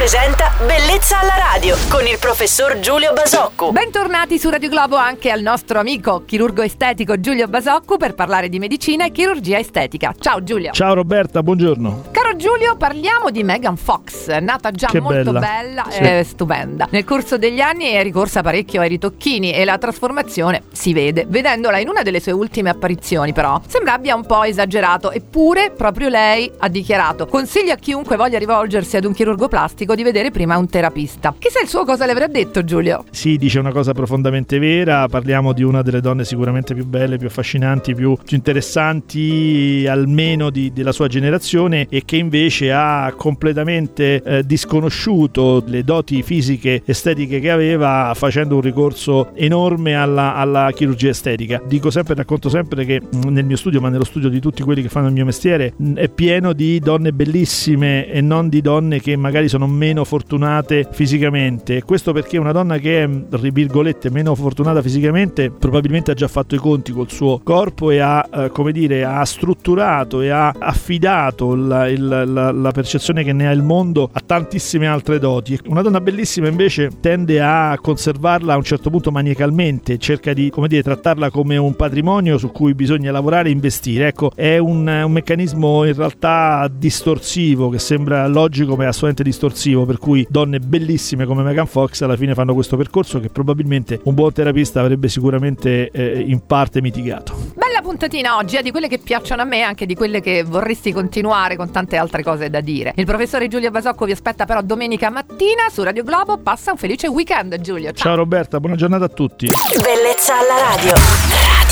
presenta Bellezza alla radio con il professor Giulio Basocco. Bentornati su Radio Globo anche al nostro amico chirurgo estetico Giulio Basocco per parlare di medicina e chirurgia estetica. Ciao Giulio. Ciao Roberta, buongiorno. Caro Giulio, parliamo di Megan Fox, nata già che molto bella sì. E stupenda. Nel corso degli anni è ricorsa parecchio ai ritocchini e la trasformazione si vede. Vedendola in una delle sue ultime apparizioni però sembra abbia un po' esagerato, eppure proprio lei ha dichiarato: consiglio a chiunque voglia rivolgersi ad un chirurgo plastico di vedere prima un terapista. Chissà il suo cosa le avrà detto, Giulio. Sì, dice una cosa profondamente vera. Parliamo di una delle donne sicuramente più belle, più affascinanti, più interessanti almeno della sua generazione, e che invece ha completamente disconosciuto le doti fisiche estetiche che aveva, facendo un ricorso enorme alla chirurgia estetica. Dico sempre, racconto sempre che nel mio studio, ma nello studio di tutti quelli che fanno il mio mestiere, è pieno di donne bellissime e non di donne che magari sono meno fortunate fisicamente. Questo perché una donna che è, tra virgolette, meno fortunata fisicamente probabilmente ha già fatto i conti col suo corpo e ha strutturato e ha affidato la percezione che ne ha il mondo a tantissime altre doti. Una donna bellissima invece tende a conservarla a un certo punto maniacalmente, cerca di, trattarla come un patrimonio su cui bisogna lavorare e investire. Ecco, è un meccanismo in realtà distorsivo, che sembra logico ma è assolutamente distorsivo, per cui donne bellissime come Megan Fox alla fine fanno questo percorso che probabilmente un buon terapista avrebbe sicuramente in parte mitigato. Bella puntatina oggi, di quelle che piacciono a me, anche di quelle che vorresti continuare, con tante altre cose da dire. Il professore Giulio Basocco vi aspetta però domenica mattina su Radio Globo. Passa un felice weekend, Giulio. Ciao Roberta, buona giornata a tutti. Bellezza alla radio.